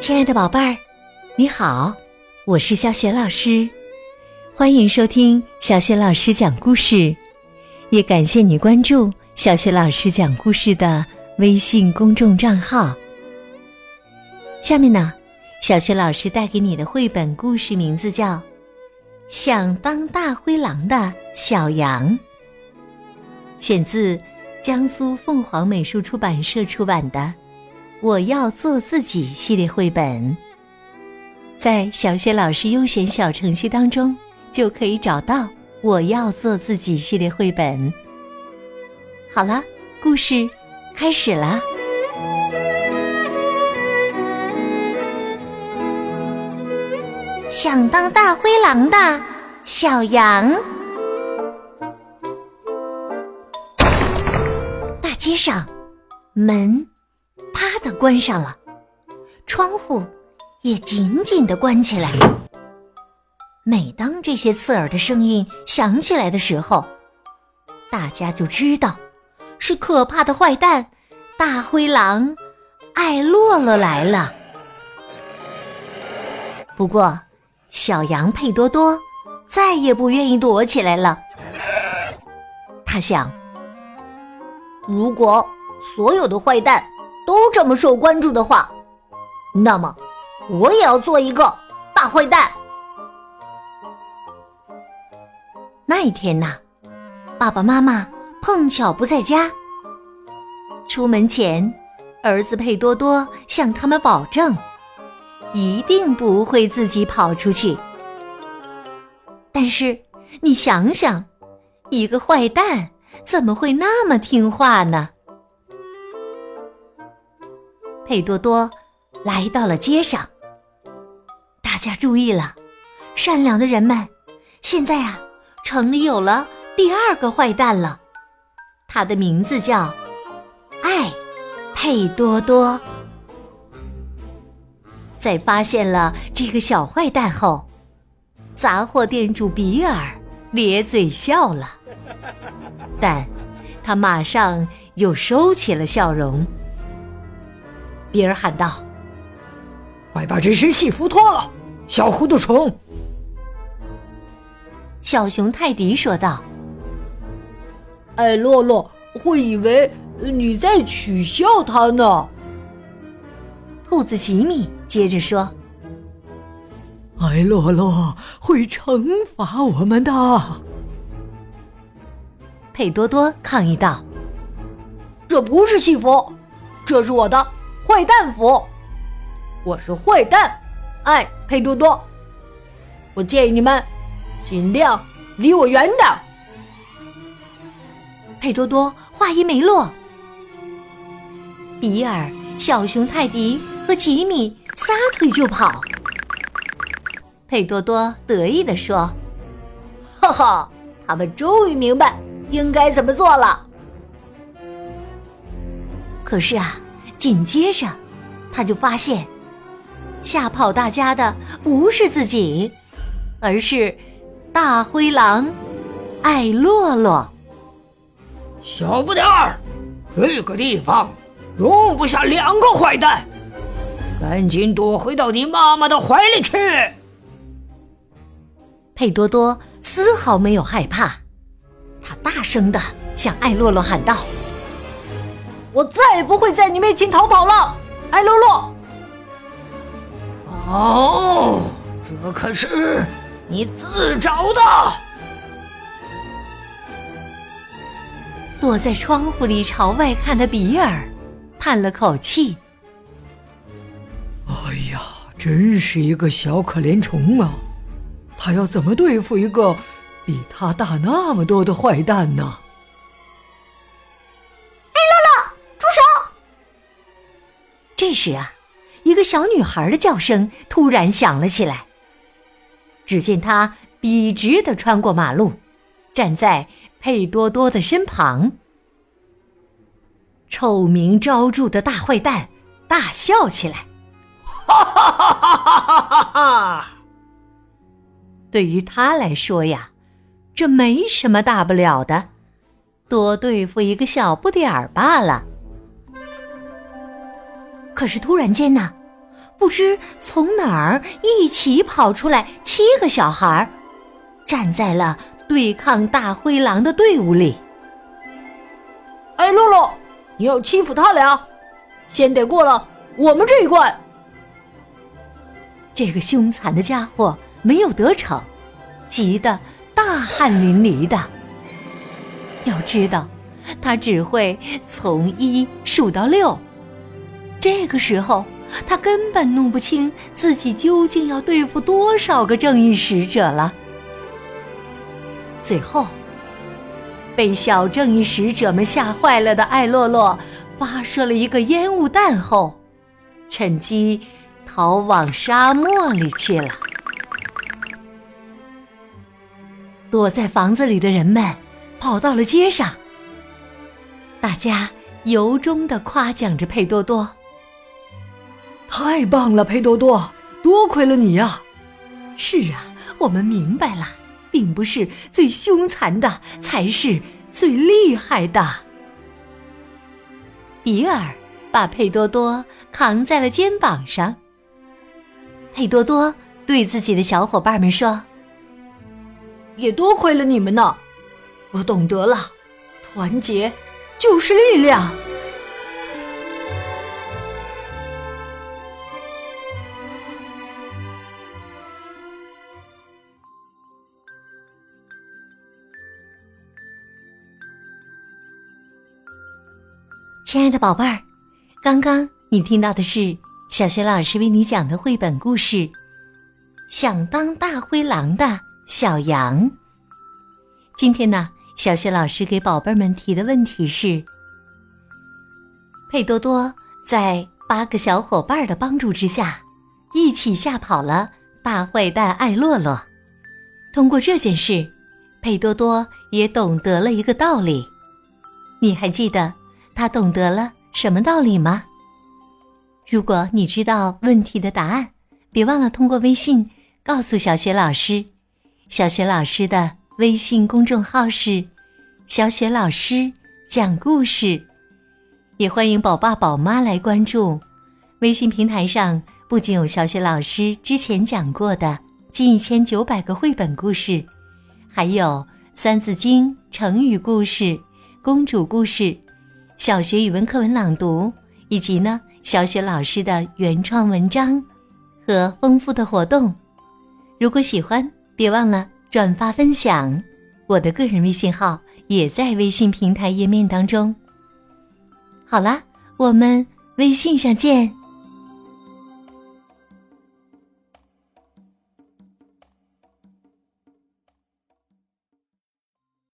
亲爱的宝贝儿，你好，我是小雪老师，欢迎收听小雪老师讲故事，也感谢你关注小雪老师讲故事的微信公众账号。下面呢，小雪老师带给你的绘本故事名字叫《想当大灰狼的小羊》，选自江苏凤凰美术出版社出版的《我要做自己》系列绘本，在小雪老师优选小程序当中就可以找到《我要做自己》系列绘本。好了，故事开始了。想当大灰狼的小羊。大街上，门啪地关上了，窗户也紧紧地关起来。每当这些刺耳的声音响起来的时候，大家就知道是可怕的坏蛋大灰狼艾洛洛来了。不过小羊佩多多再也不愿意躲起来了。他想，如果所有的坏蛋都这么受关注的话，那么我也要做一个大坏蛋。那一天呢，爸爸妈妈碰巧不在家。出门前，儿子佩多多向他们保证，一定不会自己跑出去。但是你想想，一个坏蛋怎么会那么听话呢？佩多多来到了街上，大家注意了，善良的人们现在城里有了第二个坏蛋了，他的名字叫艾佩多多。在发现了这个小坏蛋后，杂货店主比尔咧嘴笑了，但他马上又收起了笑容。比尔喊道： 快把这身戏服脱了，小糊涂虫！ 小熊泰迪说道： 艾洛洛会以为你在取笑他呢。 兔子吉米接着说： 艾洛洛会惩罚我们的。 佩多多抗议道： 这不是戏服，这是我的坏蛋服，我是坏蛋艾佩多多，我建议你们尽量离我远点。 佩多多话音没落，比尔、小熊泰迪和吉米撒腿就跑。佩多多得意地说： 哈哈，他们终于明白应该怎么做了。 可是紧接着他就发现，吓跑大家的不是自己，而是大灰狼艾洛洛。 小不点儿，这个地方容不下两个坏蛋，赶紧躲回到你妈妈的怀里去。 佩多多丝毫没有害怕，他大声地向艾洛洛喊道： 我再也不会在你面前逃跑了，艾洛洛！ 哦，这可是你自找的。 躲在窗户里朝外看的比尔叹了口气： 哎呀，真是一个小可怜虫啊，他要怎么对付一个比他大那么多的坏蛋呢？ 艾洛洛，住手！这时一个小女孩的叫声突然响了起来。只见她笔直地穿过马路，站在佩多多的身旁。臭名昭著的大坏蛋大笑起来： 哈哈哈哈哈哈哈！ 对于他来说这没什么大不了的，多对付一个小不点儿罢了。可是突然间不知从哪儿一起跑出来7个小孩，站在了对抗大灰狼的队伍里。 哎，洛洛，你要欺负他俩，先得过了我们这一关。 这个凶残的家伙没有得逞，急得大汗淋漓的。要知道，他只会从1数到6，这个时候他根本弄不清自己究竟要对付多少个正义使者了。最后，被小正义使者们吓坏了的艾洛洛发射了一个烟雾弹后，趁机逃往沙漠里去了。躲在房子里的人们跑到了街上，大家由衷地夸奖着佩多多。 太棒了，佩多多，多亏了你呀！ 是啊，我们明白了，并不是最凶残的才是最厉害的。比尔把佩多多扛在了肩膀上。佩多多对自己的小伙伴们说： 也多亏了你们呢，我懂得了，团结就是力量。 亲爱的宝贝儿，刚刚你听到的是小学老师为你讲的绘本故事《想当大灰狼的小羊》。今天呢，小学老师给宝贝们提的问题是：佩多多在8个小伙伴的帮助之下，一起吓跑了大坏蛋艾洛洛。通过这件事，佩多多也懂得了一个道理。你还记得他懂得了什么道理吗？如果你知道问题的答案，别忘了通过微信告诉小雪老师。小雪老师的微信公众号是小雪老师讲故事，也欢迎宝爸宝妈来关注。微信平台上不仅有小雪老师之前讲过的近1900个绘本故事，还有三字经、成语故事、公主故事、小学语文课文朗读，以及呢小雪老师的原创文章和丰富的活动。如果喜欢，别忘了转发分享。我的个人微信号也在微信平台页面当中。好啦，我们微信上见。